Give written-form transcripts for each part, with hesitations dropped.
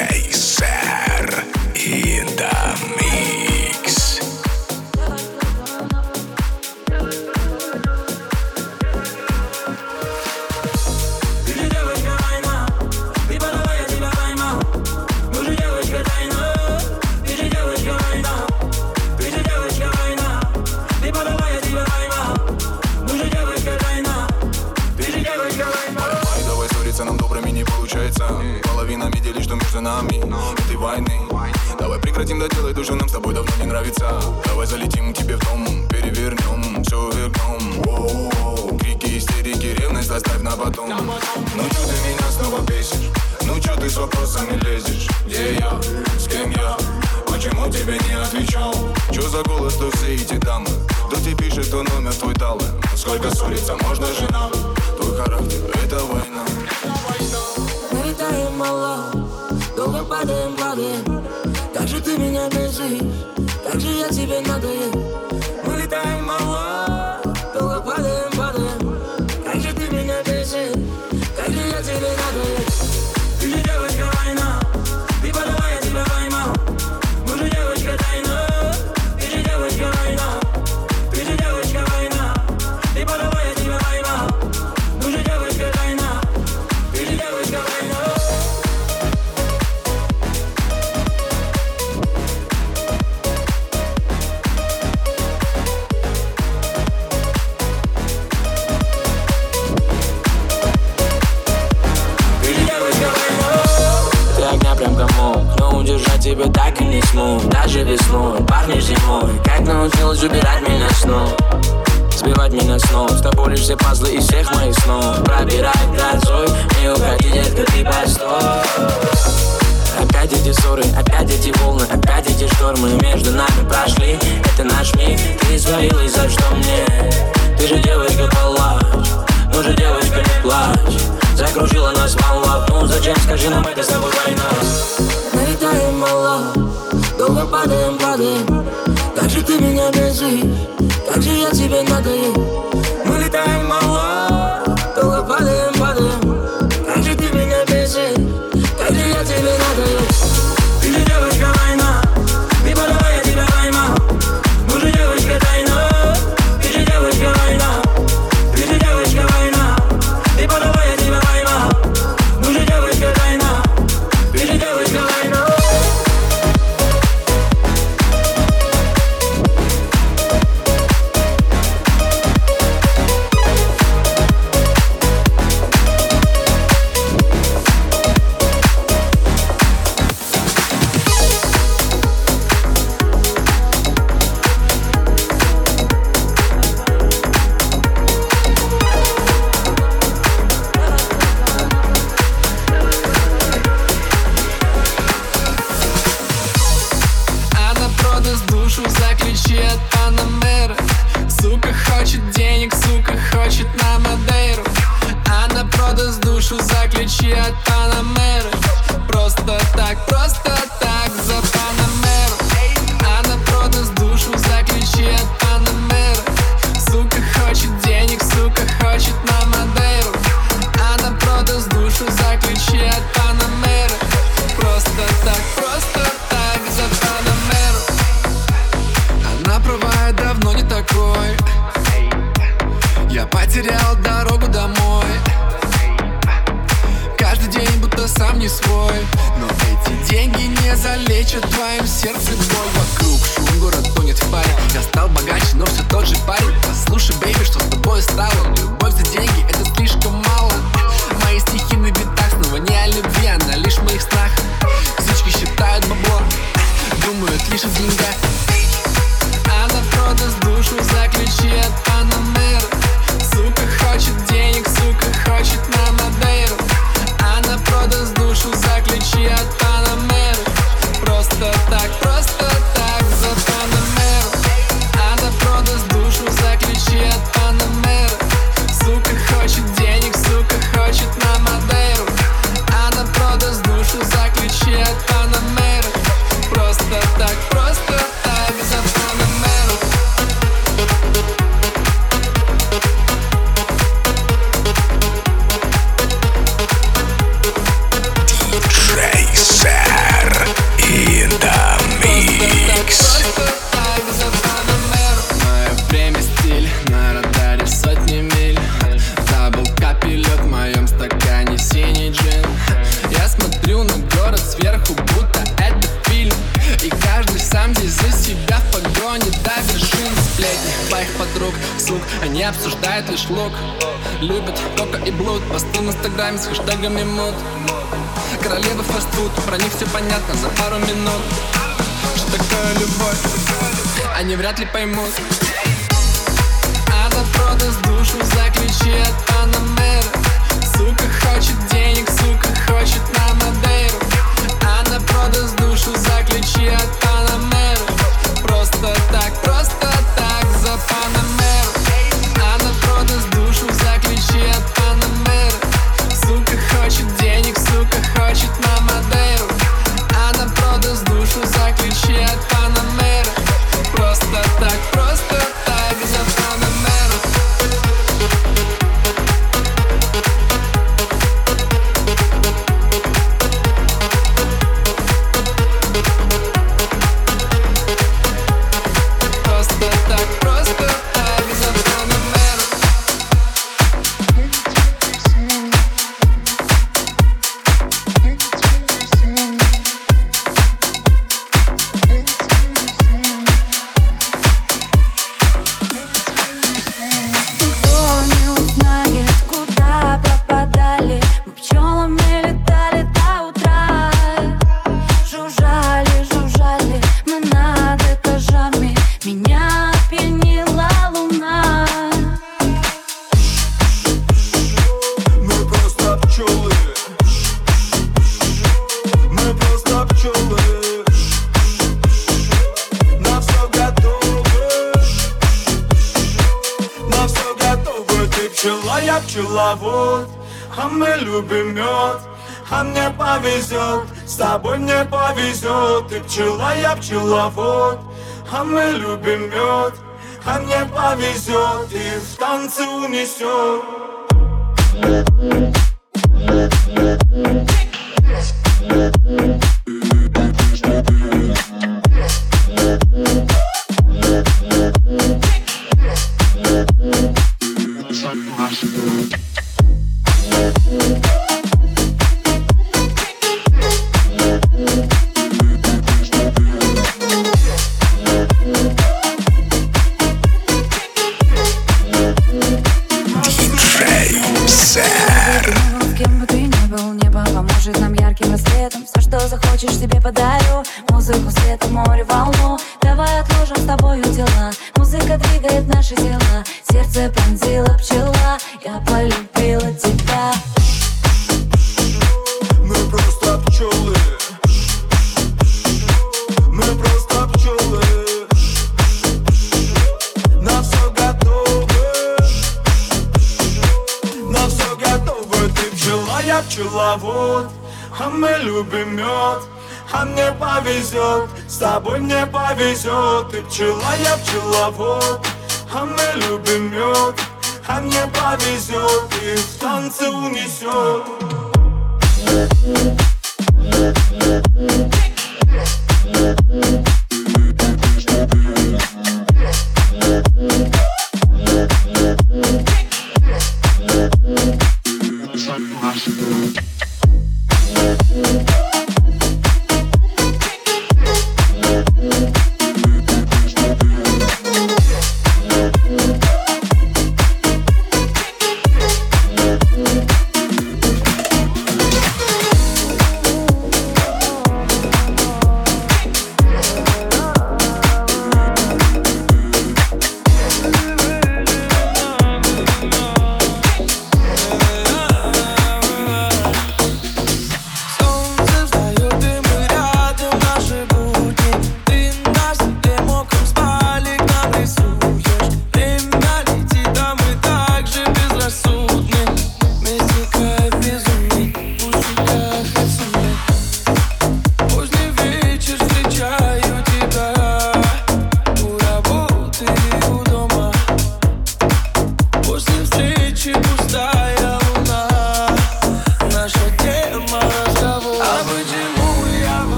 диджей Сэр in the mix. Ты же девочка война, ты подала, я тебя поймал. Мы же девочка тайна, ты же девочка война, ты же девочка война, ты подала, я тебя поймал. Мы же девочка тайна, ты же девочка война. Ай, давай ссориться, нам добрыми не получается. Половинами делишь, что между нами этой войны. Давай прекратим доделать то, что нам с тобой давно не нравится. Давай залетим к тебе в дом, перевернем, все вернем. Воу, крики, истерики, ревность оставь на потом. Ну чё ты меня снова бесишь? Ну чё ты с вопросами лезешь? Где я? С кем я? Почему тебе не отвечал? Чё за голос, то все эти дамы? Кто тебе пишет, кто номер твой дал? Сколько ссориться можно же нам? Твой характер — это война. Мы летаем мало, долго падаем. Как же ты меня бесишь, как же я тебе надоел. Мы летаем мало, долго падаем. Как же ты меня бесишь, как же я тебе надоел. Ты же девочка война, ты подала, я тебя поймал. Мы же девочка тайна, ты же девочка война, ты же девочка война, ты подала, я тебя поймал. Мы же девочка тайна, ты же девочка война. Прям комок, но удержать тебя так и не смог. Даже весной, парни зимой, как научилась убирать меня снова, сбивать меня с ног. С тобой лишь все пазлы из всех моих снов. Пробирай грозой, не уходи, детка, ты постой. Опять эти ссоры, опять эти волны, опять эти штормы между нами прошли. Это наш миг, ты свалилась, за что мне? Ты же девочка, палач, ну же девочка, не плачь. Закружила нас волна, ну зачем, скажи нам, это с тобой война. Мы летаем мало, долго падаем. Как же ты меня бесишь, как же я тебе надоел. Мы летаем мало, долго падаем. Как же ты меня бесишь, как же я тебе надоел. Ты же девочка война, ты подала, я тебя поймал. Мы же девочка тайна, ты же девочка война, ты же девочка война, ты подала, я тебя поймал. Мы же девочка тайна, ты же девочка война. Они обсуждают лишь лук, любят кока и блуд, посты в инстаграме с хэштегами мод. Королева фастфуд, про них все понятно за пару минут. Что такое любовь, они вряд ли поймут. Она продаст душу за ключи от Панамеры. Сука хочет денег, сука хочет на Мадейру. Она продаст душу за ключи от Панамеры. Просто так за Панамеру. Она продаст душу за ключи от Панамеры. Сука хочет денег, сука хочет на Мадейру. Она продаст душу за ключи от Панамеры. Просто так за Панамеру. Пчеловод, а мы любим мед, а мне повезет, с тобой мне повезет. Ты пчела, я пчеловод, а мы любим мед, а мне повезет, и в танце унесет. Захочешь, себе подарю музыку, света, море, волну. Давай отложим с тобою дела. Музыка двигает наши тела. Сердце пронзила пчела. Я полюбила тебя. Мы просто пчелы. Мы просто пчелы. На все готовы. На все готовы. Ты пчела, я пчеловод, а мы любим мед, а мне повезет, с тобой мне повезет. Ты пчела, я пчеловод, а мы любим мед, а мне повезет, и в танце унесет.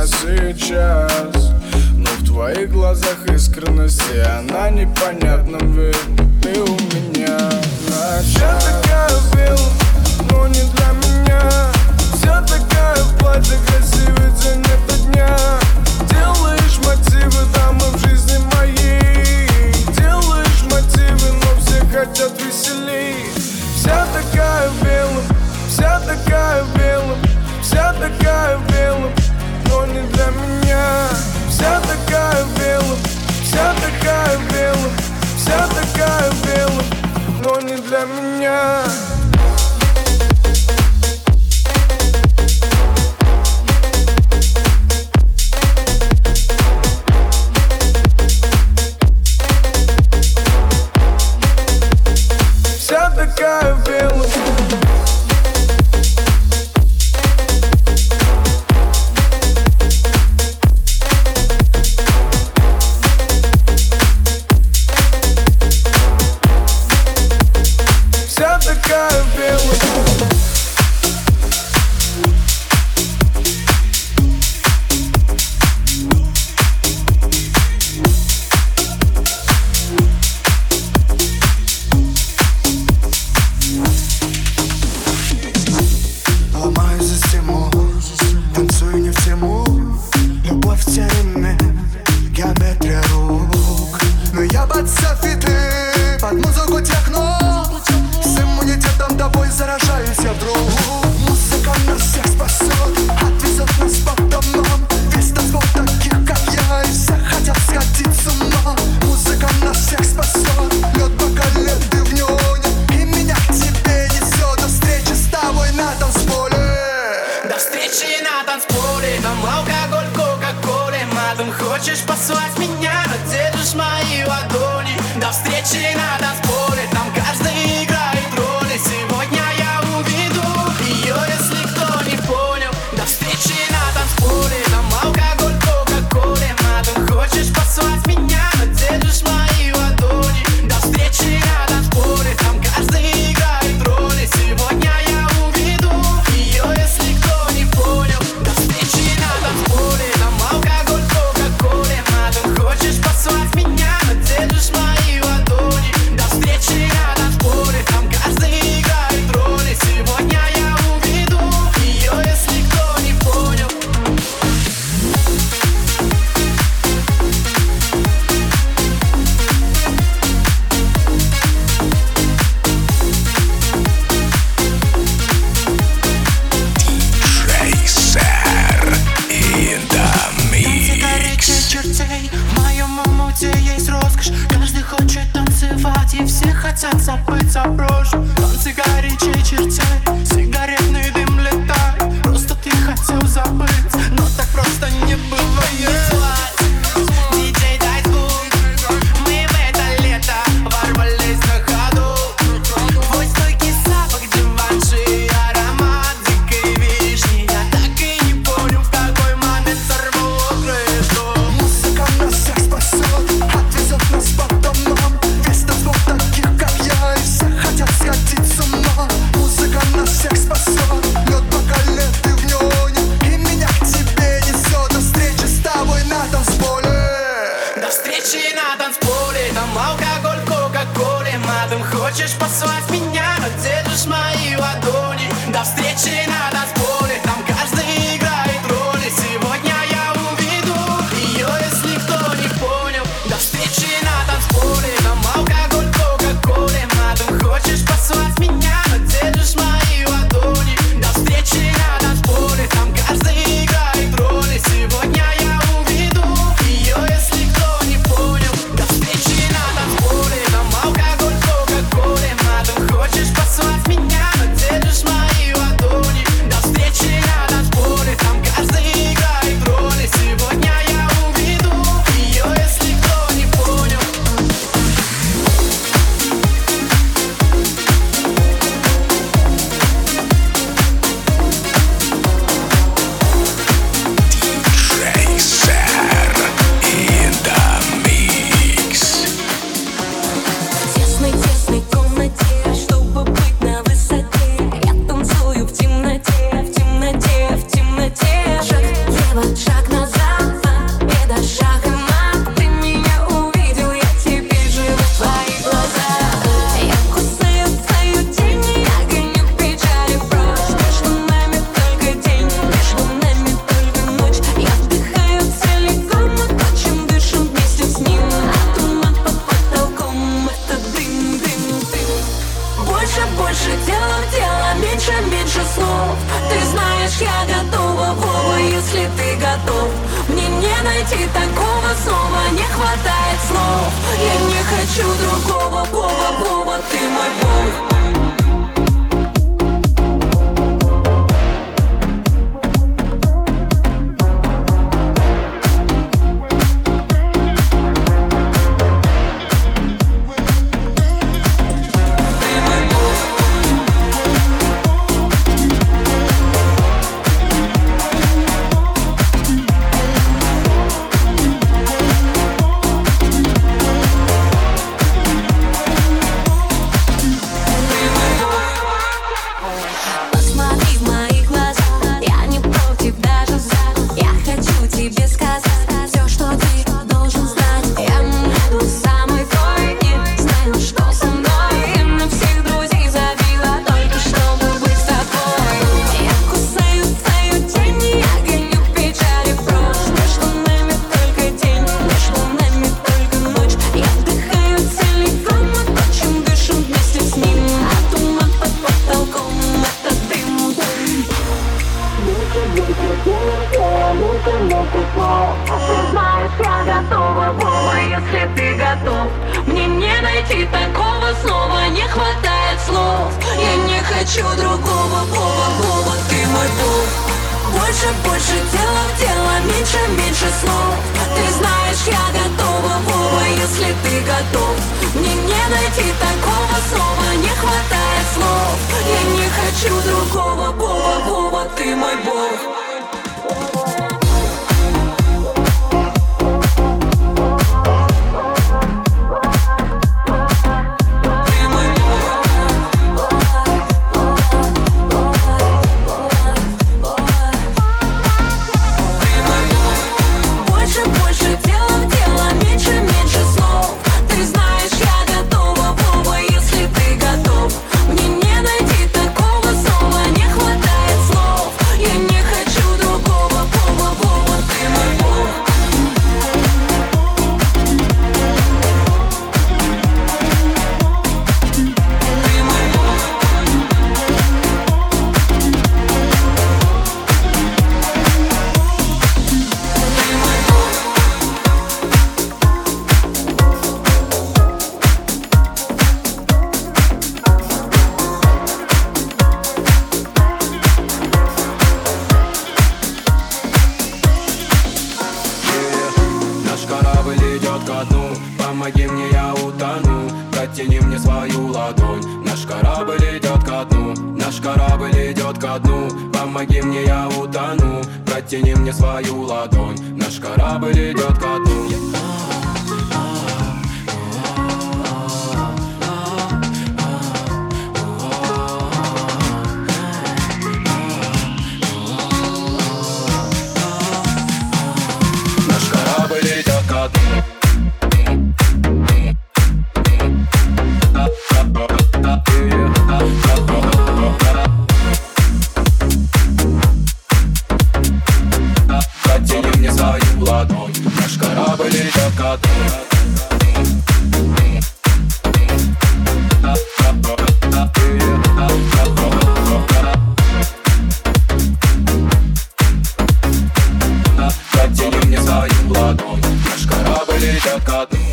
нас сейчас. Но в твоих глазах искренность, и она непонятна, ведь ты у меня. Вся такая белая, но не для меня. Вся такая в платье красивой, день ото дня. Делаешь мотивы, дамы в жизни моей. Делаешь мотивы, но все хотят веселей. Вся такая в белом, вся такая в белом, вся такая в белом, но не для меня. Вся такая в белом, вся такая в белом, вся такая в белом, но не для меня. Вся такая в белом. Вся такая в белом. Ломаю систему, танцую не в тему. Любовь в тереме, геометрия рук. Но я под софиты, под музыку техно. С иммунитетом тобой заражаюсь я вдруг. Музыка нас всех спасет, отвезет нас по домам. Весь танцпол таких, как я, и все хотят сходить с ума. Музыка нас всех спасет, лед бокале, ты в нёне. И меня к тебе несет до встречи с тобой на танцполе. До встречи на танцполе, там алкоголь, кока-коле. Матом хочешь послать меня, но держишь мои ладони. До встречи на танцполе, там каждый играет роли. Сегодня я уведу ее, если кто не понял. До встречи на танцполе, там алкоголь, кока-коле. Матом хочешь послать меня, но держишь мои ладони. До встречи на танцполе, там каждый играет роли. Сегодня я уведу ее, если кто не понял. До встречи на танцполе, там алкоголь, кока-коле. Матом хочешь послать меня, но держишь мои ладони. До встречи на танцполе, там каждый играет роли. Сегодня я уведу ее, если кто не понял. Tracer in the mix. Чертей, в моем омуте есть роскошь. Каждый хочет танцевать, и все хотят забыть о прошлом. Танцы горячей чертей, сигаретный дым летает. Просто ты хотел забыть, но так просто не бывает. Диджей, дай звук, мы в это лето ворвались на ходу. Твой стойкий запах, диванши и аромат дикой вишни. Я так и не понял, в какой момент сорвало крышу. Музыка нас всех спасет, отвезет нас по домам. Весь танцпол таких, как я, и я готова, Вова, если ты готов. Мне не найти такого снова, не хватает слов. Я не хочу другого, Вова, Вова, ты мой бог. Помоги мне, я утону, протяни мне свою ладонь. Наш корабль идет ко дну, наш корабль идет ко дну. Помоги мне, я утону, протяни мне свою ладонь. Наш корабль идет ко дну. Наш корабль идет ко дну. Протяни мне свою ладонь. Наш корабль идет ко дну. Протяни мне свою ладонь. Наш корабль идет ко дну.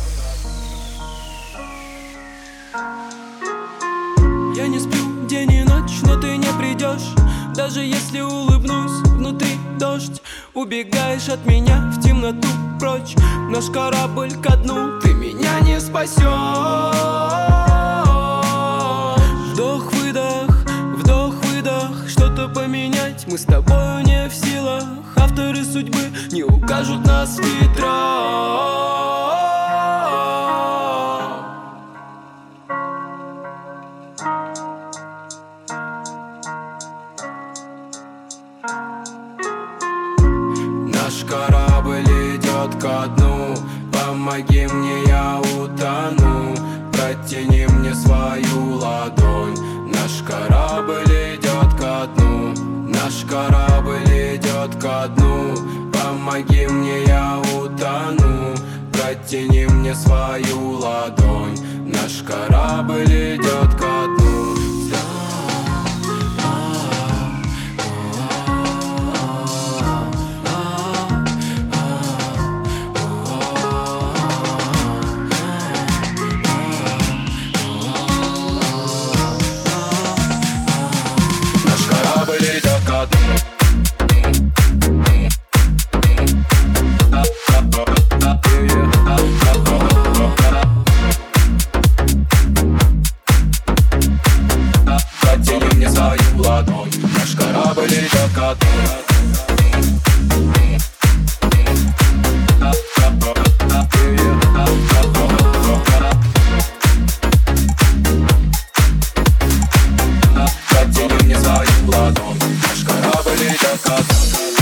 Я не сплю день и ночь, но ты не придешь. Даже если улыбнусь, внутри дождь. Убегаешь от меня в темноту прочь. Наш корабль ко дну, ты меня не спасешь. Вдох-выдох, что-то поменять мы с тобою не в силах. Авторы судьбы не укажут нас ветра. Наш корабль идет ко дну. Помоги мне, я утону. Протяни мне свою ладонь. Наш корабль идет ко дну. Наш корабль идет ко дну. Помоги мне, я утону. Протяни мне свою ладонь. Наш корабль идет ко дну. корабль идет ко дну. Протяни мне свою ладонь, наш корабль идет ко дну.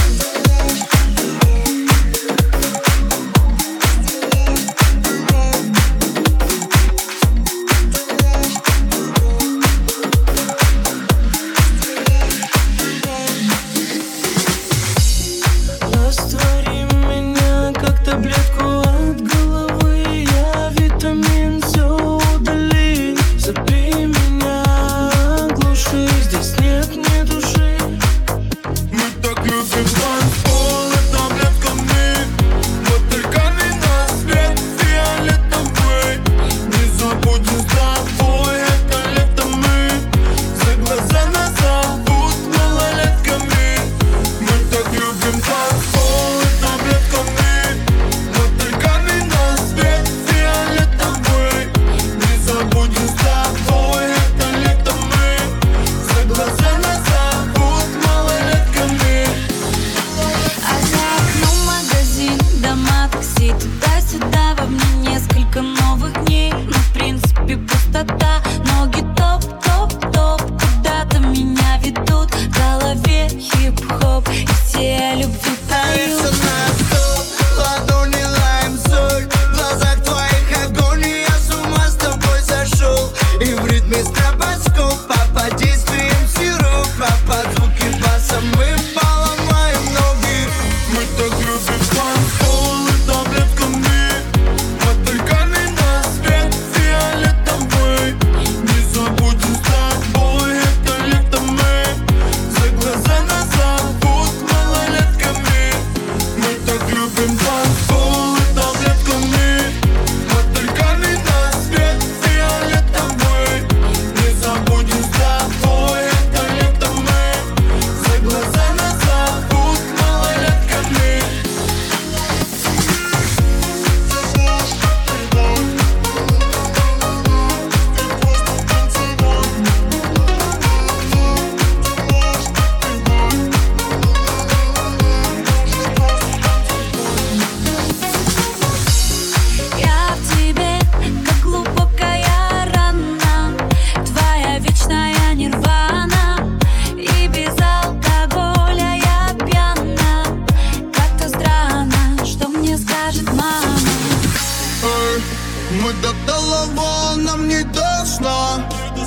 Мы до талого, нам не до сна.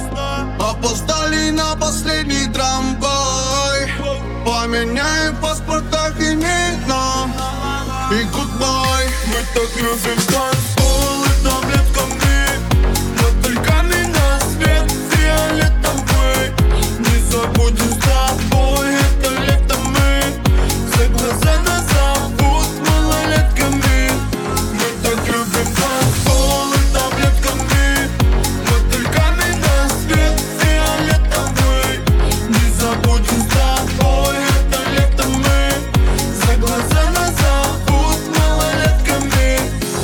Опоздали на последний трамвай. Поменяй в паспортах имена и гудбай. Мы так любим танцполы таблетками, но только не на свет фиолетовый. Не забудем с тобой это лето мы. За глаза нас зовут малолетками. Мы так любим танцполы таблетками, но только не на свет фиолетовый. Не забудем с тобой это лето мы. За глаза нас зовут малолетками.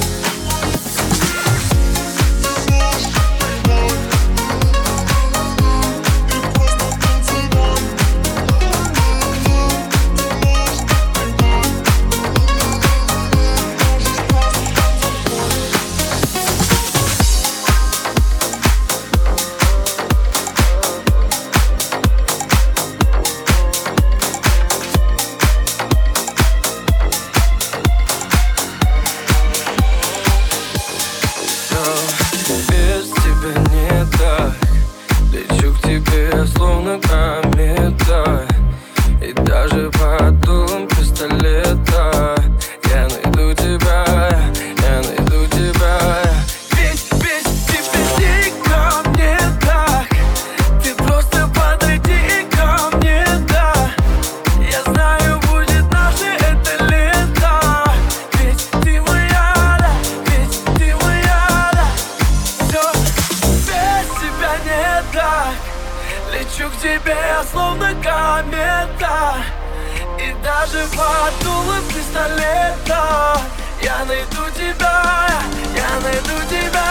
Без тебя не так. Лечу к тебе, словно комета. И даже под дулом пистолета я найду тебя, я найду тебя. Ведь тебе не ко мне так. Ты просто подойди ко мне, да. Я знаю, будет наше это лето. Ведь ты моя, да, ведь ты моя, да. Все без тебя не так. Лечу к тебе, словно комета. И даже под дулом пистолета я найду тебя, я найду тебя.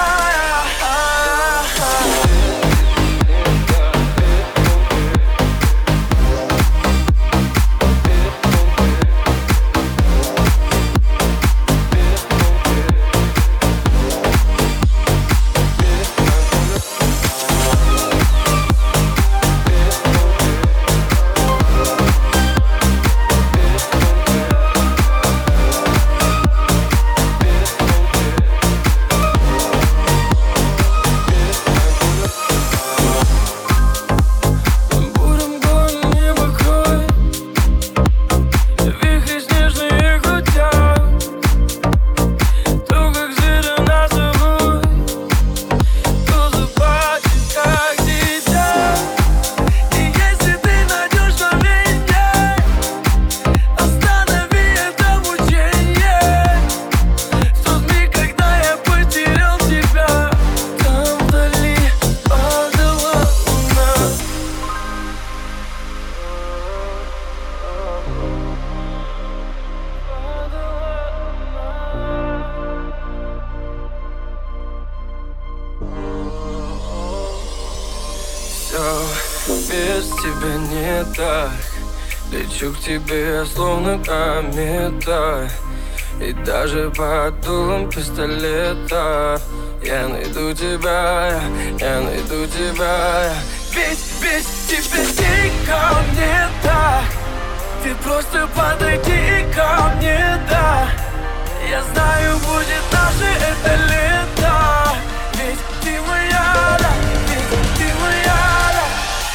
тебя не так. Лечу к тебе, словно комета, и даже под дулом пистолета я найду тебя, я найду тебя. Ведь тебе никому не так. Ты просто подойди ко мне, да. Я знаю, будет наше это лето. Ведь ты моя, да, ведь ты моя, да.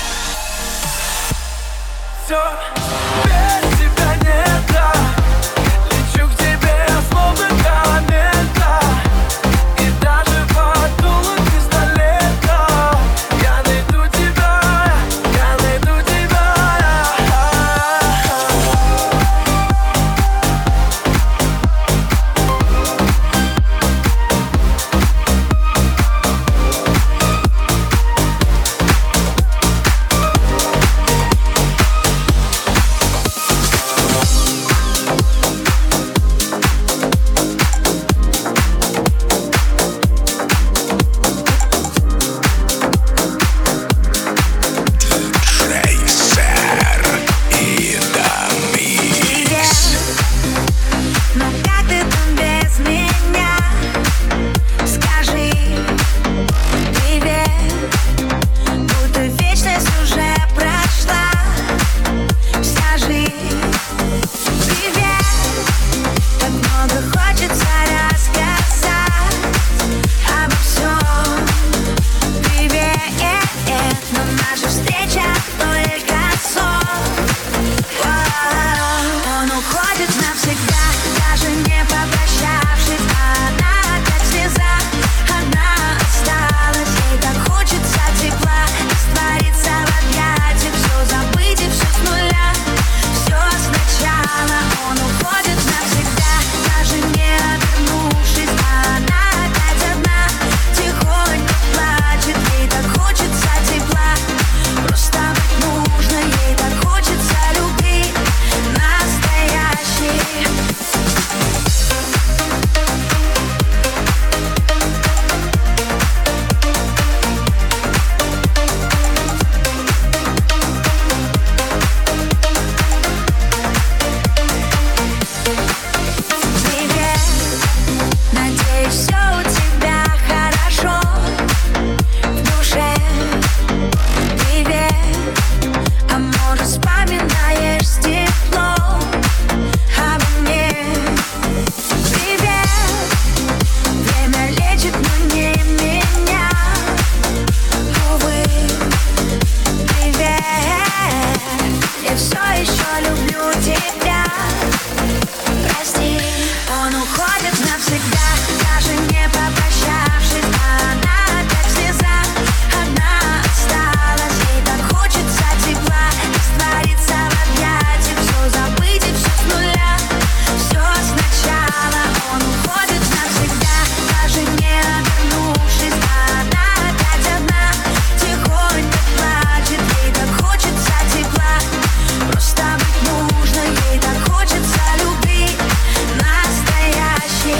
Все без тебя не так. Лечу к тебе, словно комета, и даже под дулом пистолета я найду тебя, я найду тебя. Просто быть нужно, ей так хочется любви настоящей.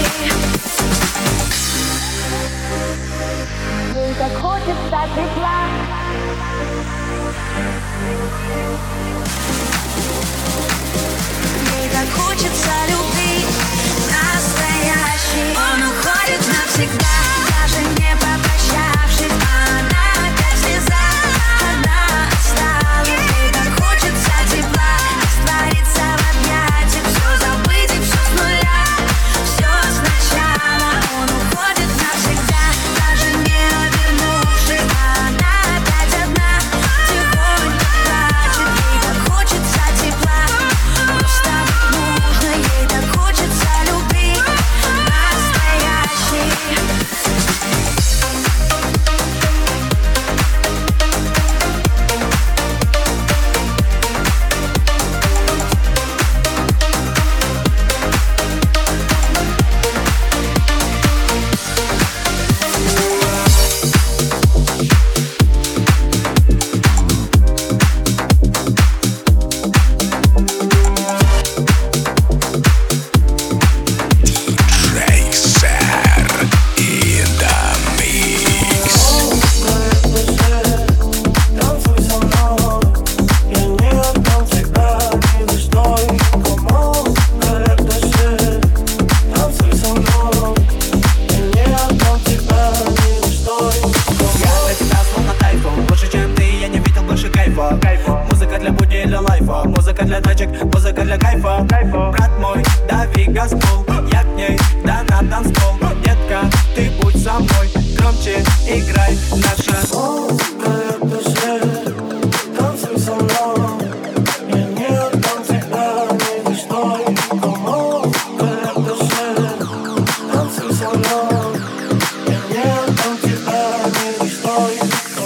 для тачек, музыка для кайфа. Брат мой, дави газпол, я к ней, да на танцпол. Детка, ты будь со мной, громче играй наша музыка, это же танцуй со мной. Я не отдам тебя ни мечтой. Музыка, это же танцуй со мной. Я не отдам тебя ни мечтой.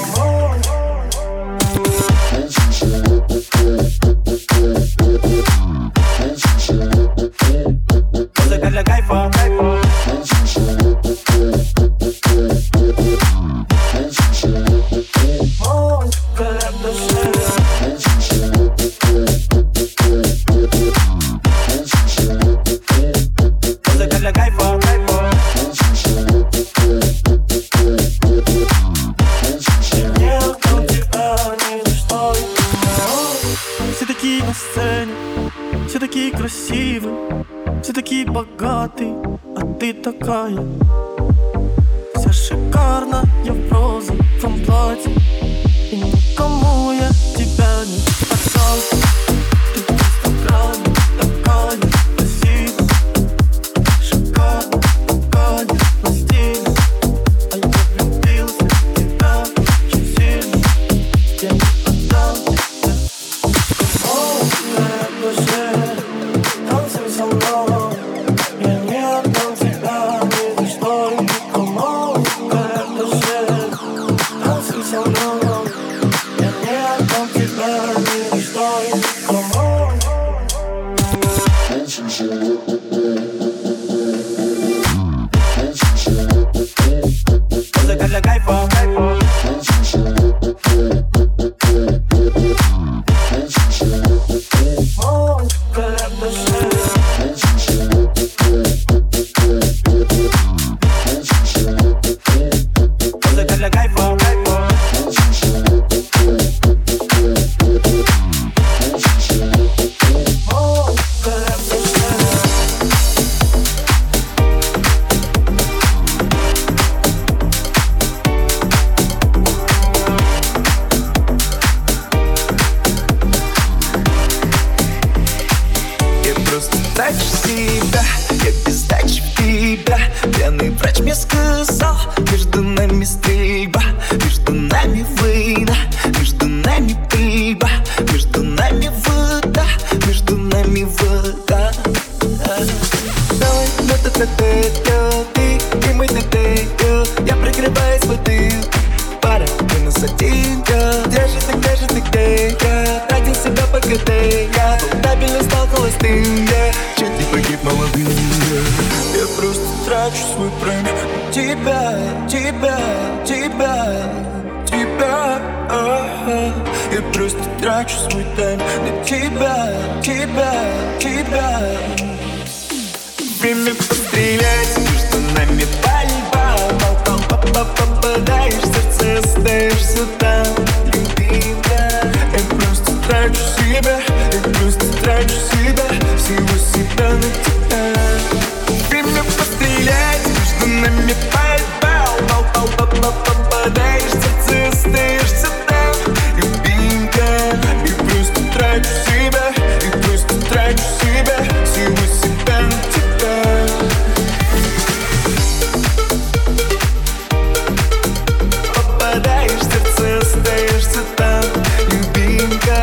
Музыка для кайфа. Все такие на сцене, все такие красивые, все такие богатые, а ты такая вся шикарная в розовом платье. И никому я тебя не отдал. Ты просто правда такая красивая, шикарная, такая на стиле. А я влюбился в тебя очень сильно. Я не отдал тебя. Танцуй со мной, я не отдам тебя ни мечтой. Музыка, это же танцуй со мной, я не отдам тебя ни мечтой. Музыка для кайфа. Время пострелять, между нами пальба. Попадаешь в сердце, остаешься там, любимая. Я просто трачу себя, я просто трачу себя, всего себя на тебя. Время пострелять, между нами пальба. Попадаешь в сердце, остаешься там, любимая. Я просто трачу себя, я просто трачу себя, всего себя на тебя. Попадаешь в сердце, остаешься там, любимка.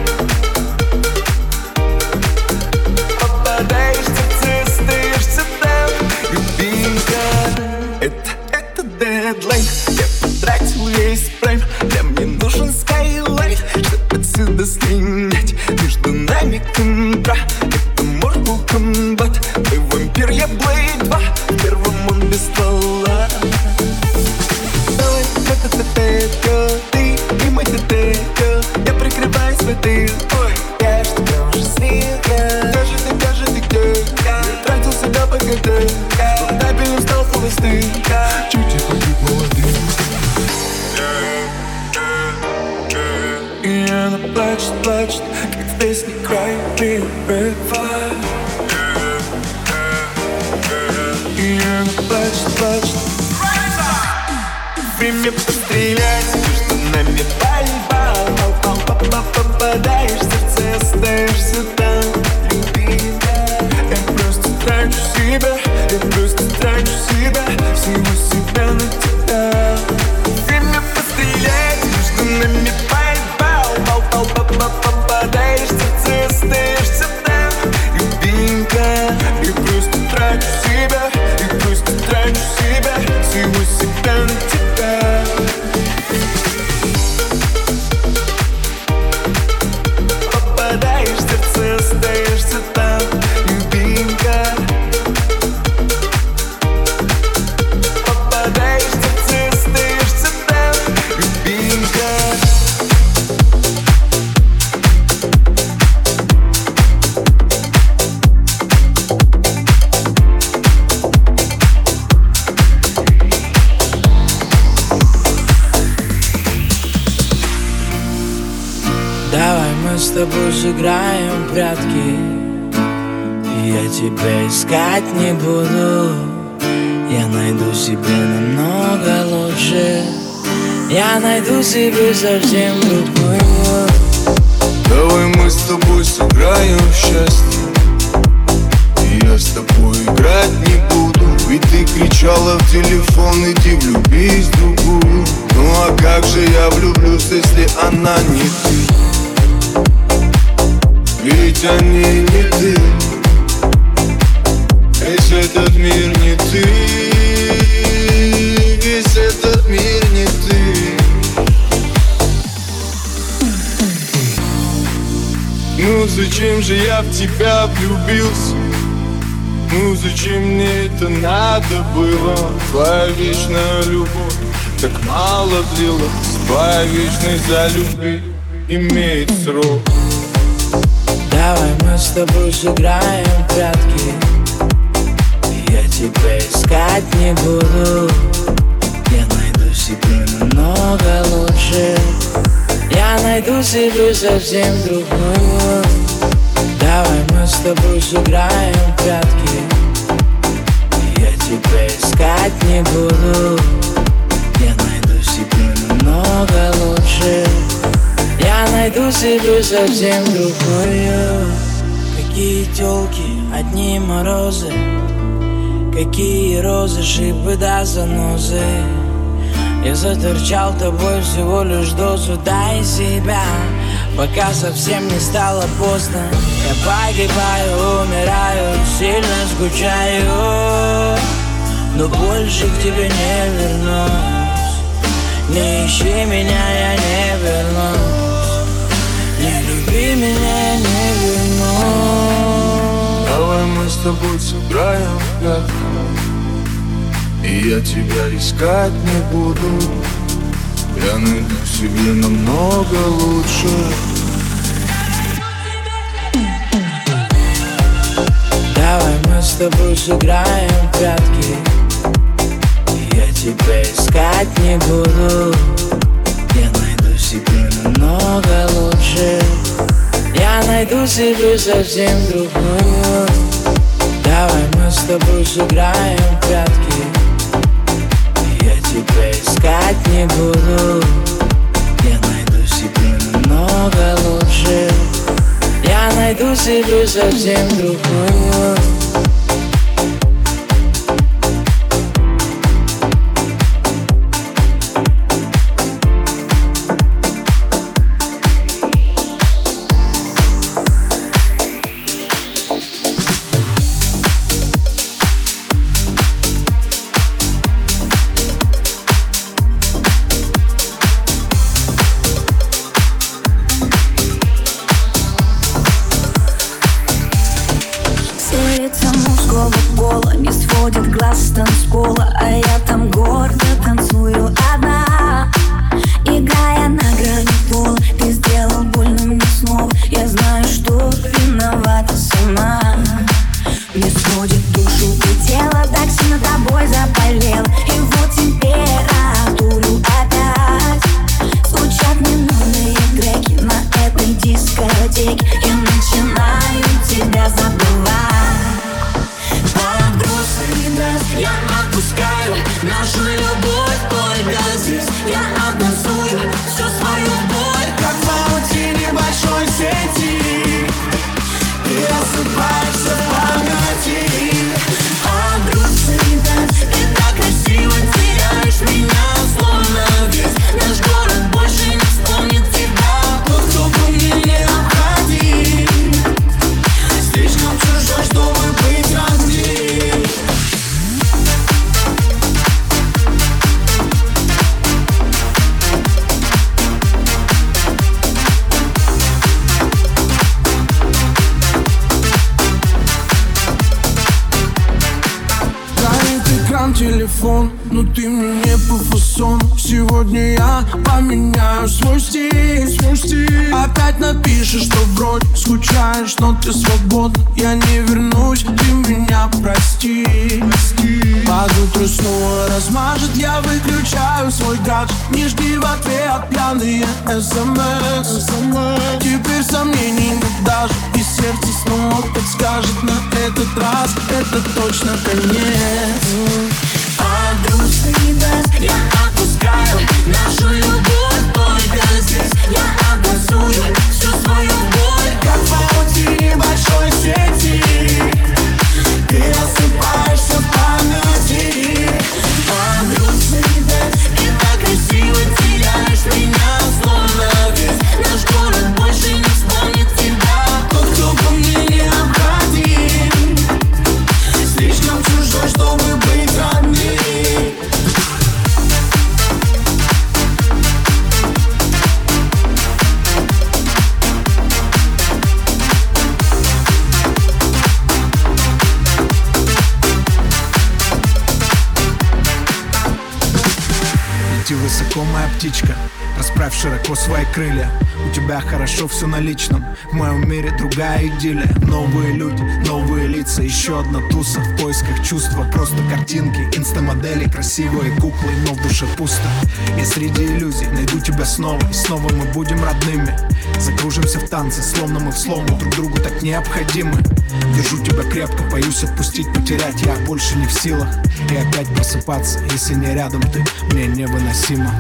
Попадаешь в сердце, остаешься там, любимка. Это дедлайн, я потратил весь прайм. Для мне нужен скайлайт, чтобы отсюда слинять. Между нами контра, это Mortal Kombat. Ты вампир, я Blade 2, в первом он без ствола. Давай, ты и мой тетеко. Я прикрываюсь в этой, ой, я ж тебя уже слила. Скажи ты где? Я тратил себя по ГД, стабильным стал холостым, чуть-чуть погиб молодым. И она плачет, плачет, как в песне Cry River. И она плачет, плачет. Время пострелять, между нами пальба. Попадаешь в сердце, остаешься остаешься там, любимая. Я просто трачу себя, я просто трачу себя, всего себя на тебя. Время пострелять, между нами пальбал, попадаешь в сердце, остаешься там, любимая. Я просто трачу себя, я просто трачу себя, всего себя на тебя. Попадаешь в сердце, остаешься там, любимка. Попадаешь в сердце, остаешься там, любимка. Давай мы с тобой сыграем в прятки, я тебя искать не буду. Я найду себе намного лучше, я найду себе совсем другую. Давай мы с тобой сыграем в счастье, и я с тобой играть не буду. Ведь ты кричала в телефон, иди влюбись в другую. Ну а как же я влюблюсь, если она не ты? Ведь они не ты, весь этот мир не ты, весь этот мир не ты. Ну зачем же я в тебя влюбился? Ну зачем мне это надо было? Твоя вечная любовь так мало длилась, твоя вечность за любви имеет срок. Давай мы с тобой сыграем в прятки, я тебя искать не буду. Я найду себе намного лучше, я найду себе совсем другую. Давай мы с тобой сыграем в прятки, я тебя искать не буду. Я найду себе намного лучше, я найду себе совсем другую. Какие тёлки, одни морозы, какие розы, шипы да занозы. Я заторчал тобой всего лишь дозу, дай себя, пока совсем не стало поздно. Я погибаю, умираю, сильно скучаю, но больше к тебе не вернусь. Не ищи меня, я не вернусь. Не люби меня, я не вернусь. Давай мы с тобой сыграем в прятки, и я тебя искать не буду. Я найду себе намного лучше. Давай мы с тобой сыграем в прятки, я тебя искать не буду. Я найду себе намного лучше, я найду себе совсем другую. Давай мы с тобой сыграем в прятки, я тебя искать не буду. Я найду себе намного лучше, я найду себе совсем другую. Нашу любовь только здесь я обманцую всю свою боль, как в паутине большой сети. телефон, но ты мне не по фасону. Сегодня я поменяю свой стиль. Опять напишешь, что вроде скучаешь, но ты свободна. Я не вернусь, ты меня прости. Под утро снова размажет, я выключаю свой гаджет. Не жди в ответ пьяные СМС. Теперь сомнений нет даже, и сердце снова так скажет: на этот раз это точно конец. А грустный даст, я отпускаю нашу любовь только здесь. Я образую всю свою боль, как в паутине большой сети. Ты рассыпаешься в памяти. А грустный даст, и так красиво теряешь меня, словно весь наш город больше не вспомнит тебя. Тот, кто по мне необходим, слишком чужой, чтобы быть родным. Лети высоко, моя птичка, расправь широко свои крылья. У тебя хорошо все на личном, в моем мире другая идиллия. Новые люди, новые лица, еще одна туса в поисках чувства. Просто картинки, инстамодели, красивые куклы, но в душе пусто. Я среди иллюзий найду тебя снова, и снова мы будем родными. Закружимся в танце, словно мы в слому друг другу так необходимы. Держу тебя крепко, боюсь отпустить, потерять я больше не в силах. И опять просыпаться, если не рядом ты, мне невыносимо.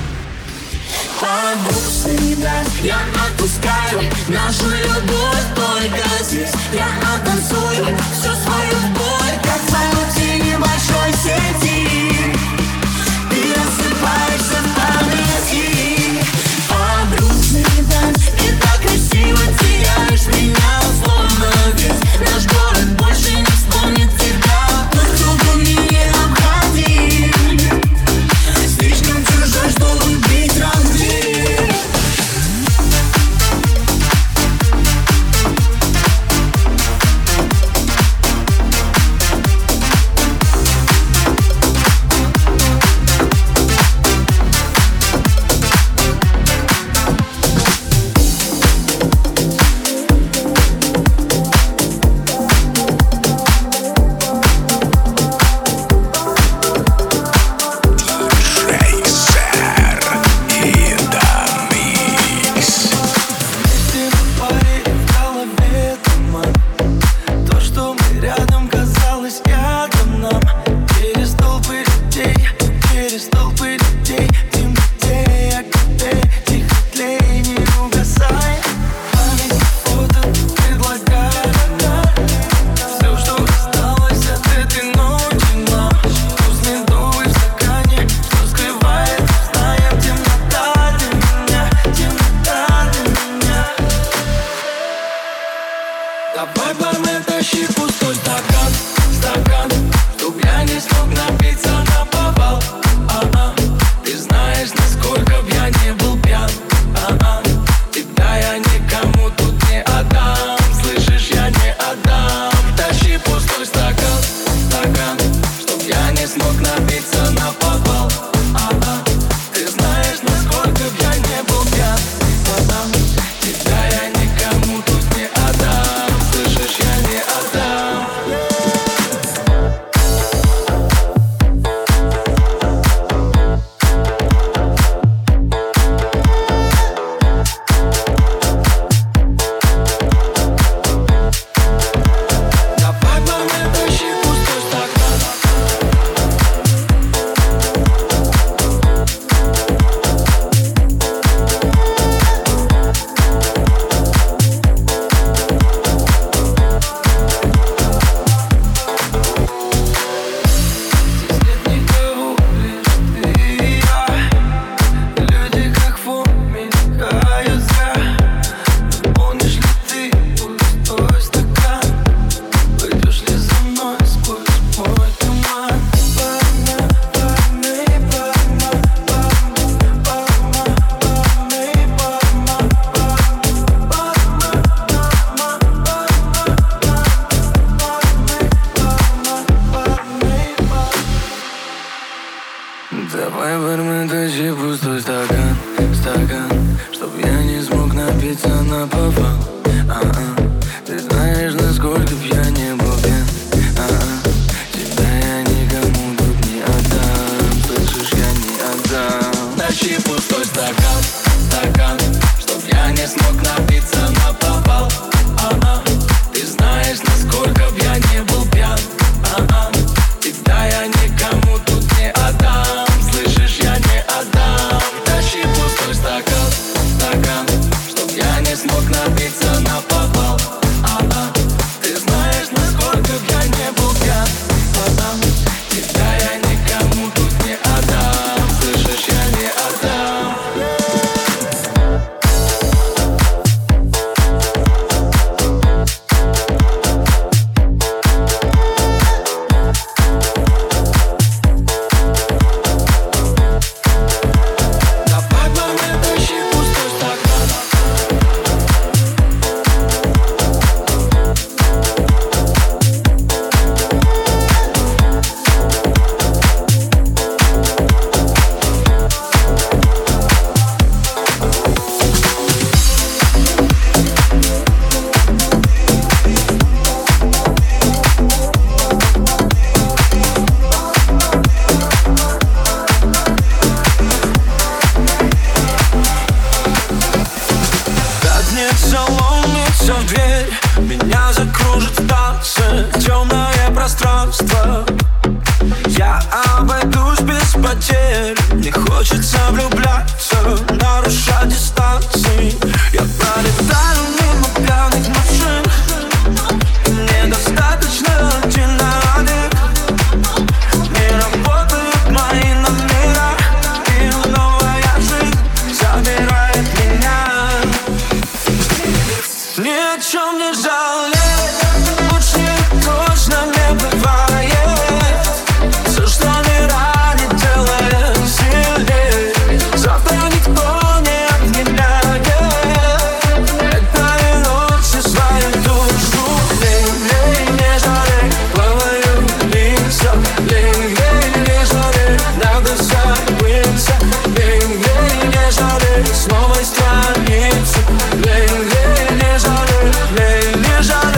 Грустный даст, я отпускаю нашу любовь только здесь. Я оттанцую всю свою боль, как в паутине большой сети. Ты рассыпаешься в памяти. Грустный даст, и так красиво теряешь меня, словно весь наш город больше не вспомнит тебя. Тот, кто мне необходим, слишком чужой, чтобы быть родным. Давай, бармен, тащи пустой стакан, чтоб я не смог напиться наповал. Ты знаешь, насколько б я не был пьян. Тебя я никому тут не отдам, слышишь, я не отдам. Тащи пустой стакан, чтоб я не смог напиться наповал. Ты знаешь, насколько б я не был пьян. Тебя я никому тут не отдам, слышишь, я не отдам. Меня закружит в танце темное пространство. Я обойдусь без потерь. Мне хочется влюбляться, нарушать дистанции. Я пролетаю мимо пьяных машин. Мне достаточно один на один. Не работают мои номера, и новая жизнь забирает меня. Ни о чем не жалеть, лучше точно не бывает. Все, что не ранит, делает сильнее. Завтра никто не отменяет. Это и лучше свою душу. Лей, не жалей, плаваю лица. Лей, не жалей, надо забыться. Лей, не жалей, с новой страницы. Лей, не жалей, лей, не жалей.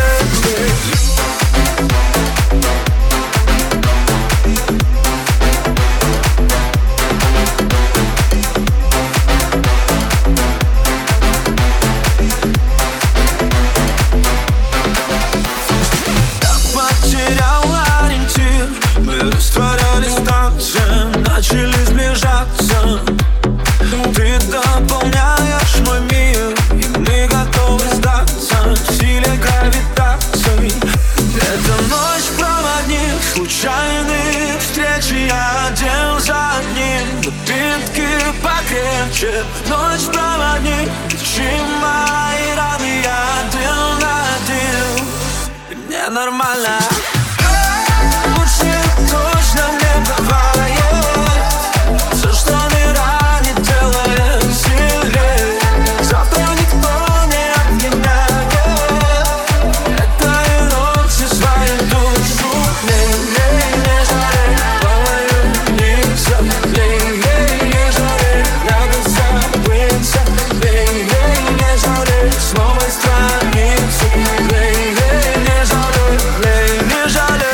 Потерял ориентир, мы растворялись в танце, начали сближаться. Ты дополняешь мой мир, и мы готовы сдаться в силе гравитации. Эта ночь проводник случайных встреч, я один за одним, напитки покрепче. Ночь проводник, лечи мои раны, я один на один. Мне нормально. Лучше точно не бывает. Все, что не ранит, делает сильнее. Завтра никто не отменяет. Это и лучше свою душу. Лей, не жалей, плаваю лица. Лей, не жалей, надо забыться. Лей, не жалей, с новой страницы. Лей, не жалей, лей, не жалей.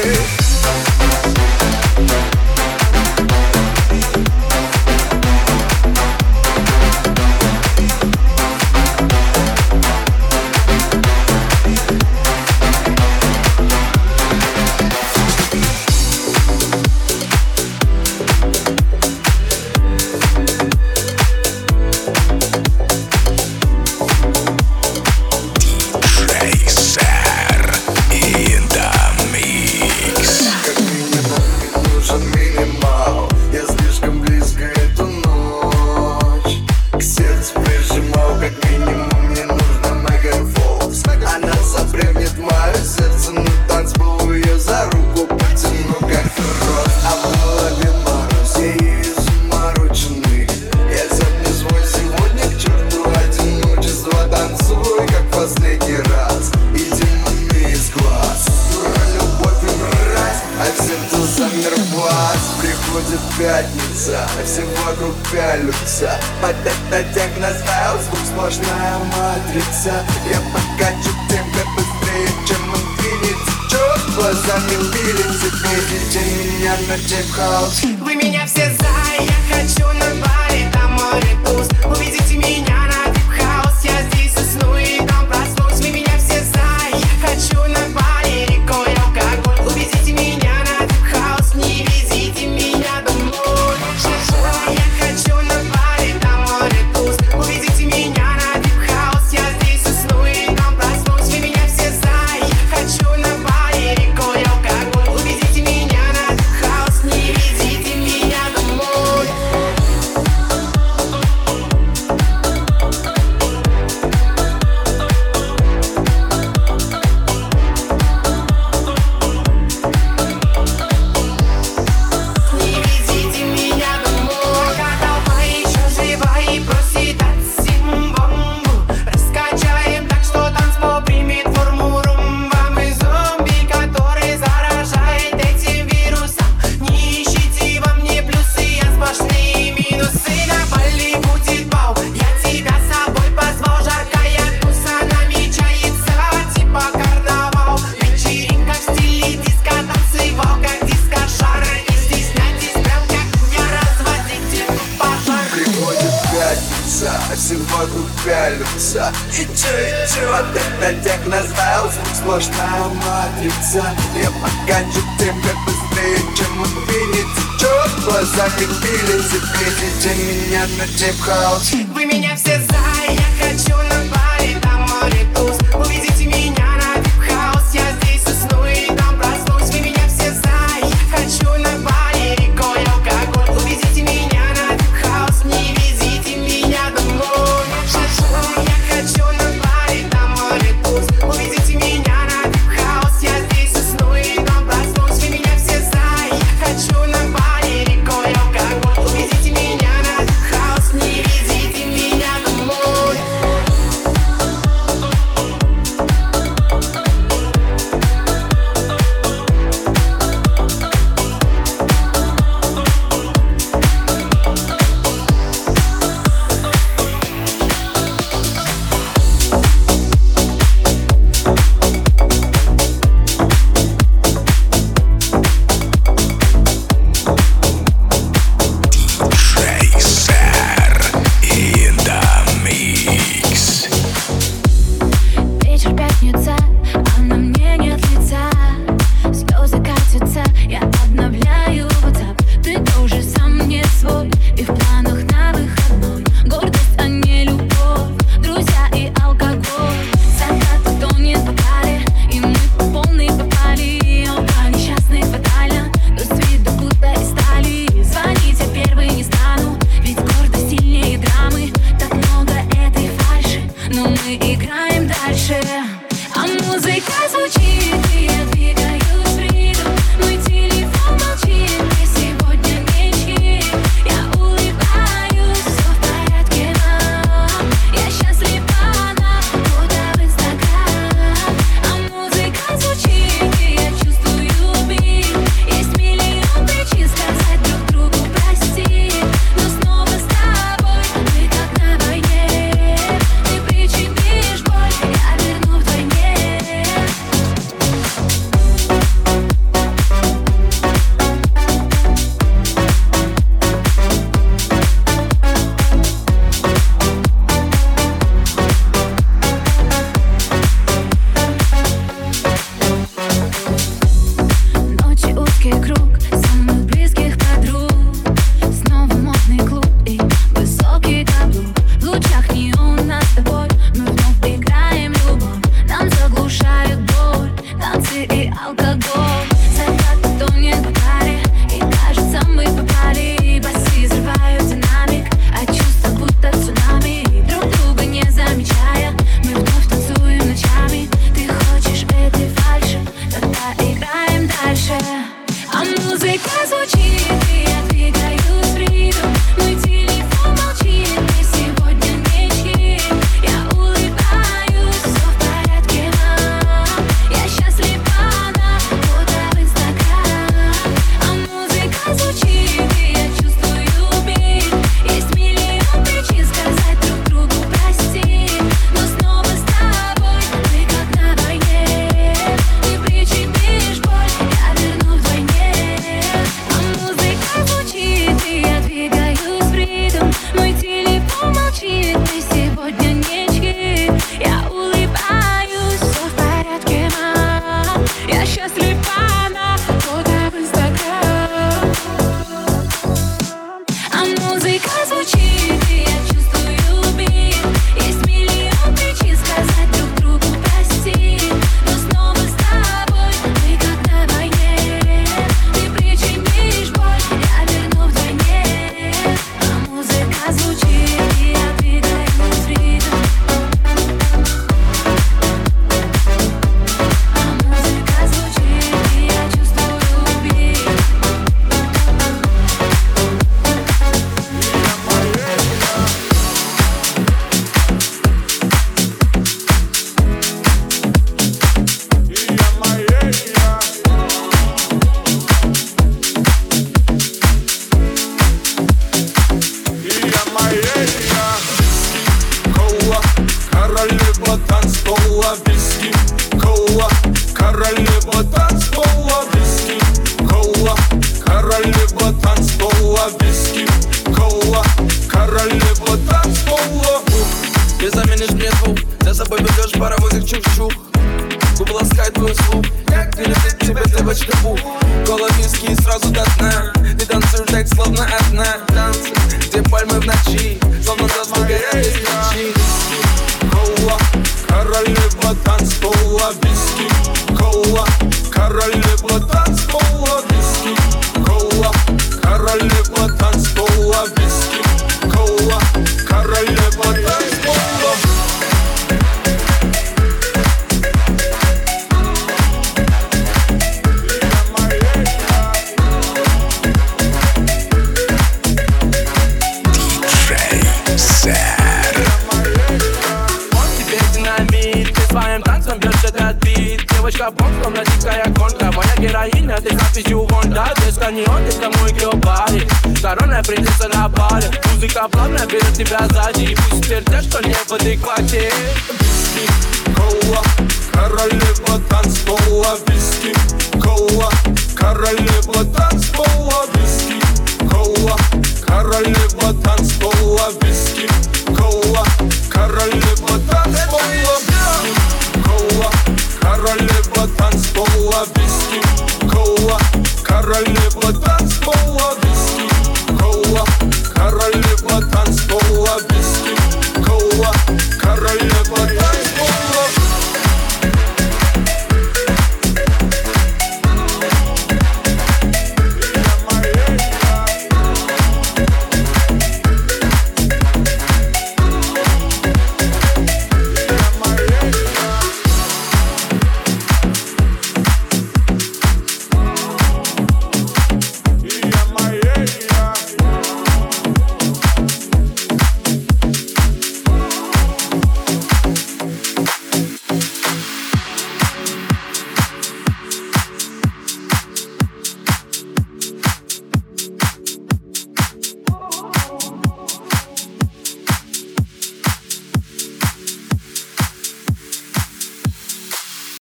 Tracer in the mix. Как минимум мне нужен минимал. Я слишком близко эту ночь к сердцу прижимал. Как минимум мне нужно мегафолс. Она запрягнет мое сердце на танцпол. Ее за руку потяну, как трос. А в голове мороз, я ее замороченный. Я запню свой сегодня к черту одиночество. Танцуй, как последний раз, и демоны из глаз. Дура, любовь и мразь, а всем тут замер глаз. Приходит пятница, а все вокруг пялются. Под это техно-стайл, звук сплошная матрица. Я покачу темпе быстрее, чем он двинется. Чё глазами пилится, видите меня на тип-хаус. Вы меня все за, я хочу на баре, там море туз. Увидите меня на дип-хаус, я здесь усну и там проснусь. Вы меня все за, я хочу на баре, рекой алкоголь. Увидите меня на дип-хаус, не везите меня домой. Я хочу на баре, там море туз. Увидите меня на дип-хаус, я здесь усну и там проснусь. Вы меня все за, я хочу на баре, рекой алкоголь. Увидите меня на дип-хаус, не везите меня домой. пялятся. И чё, вот это технозвал, звук сплошная матрица. Я покажу тебе быстрее, чем инфинити. Чё, глаза не пились, видите меня на дип-хаус. Вы меня все за, я хочу на Бали, там море туз. Увидите меня на дип-хаус, я здесь усну и там проснусь. Вы меня все за, я хочу на Бали, рекой алкоголь. Увидите меня на дип-хаус, не везите меня домой. Я хочу на Бали, там море туз. Увидите меня на дип-хаус, я здесь усну и там проснусь. Вы меня все за, я хочу на Бали, рекой алкоголь. Увидите меня на дип-хаус, не везите меня домой. паровозик чух-чух. Губы ласкает твой слух. Как не любит тебя девочка-бух. Кола виски сразу до дна. Ты танцуешь так словно одна. Танцы, где пальмы в ночи, словно заслуга горят свечи. Кола, королева танцпола, виски. Кола, королева танцпола, виски. Кола, королева танцпола, виски. Кола, королева танцпола. Девочка бомб, словно дикая гонка. Моя героиня, ты как пищу вонда. Без каньон, ты ко мой геобари. Коронная принцесса на баре. Музыка плавно берет тебя сзади. И пусть твердят, что не в адеквате. Виски, кола, королева танцпола, виски. Кола, королева танцпола, виски. Кола, королева танцпола, виски. Кола, королева танцпола, виски. Кола, королева танцпола, виски.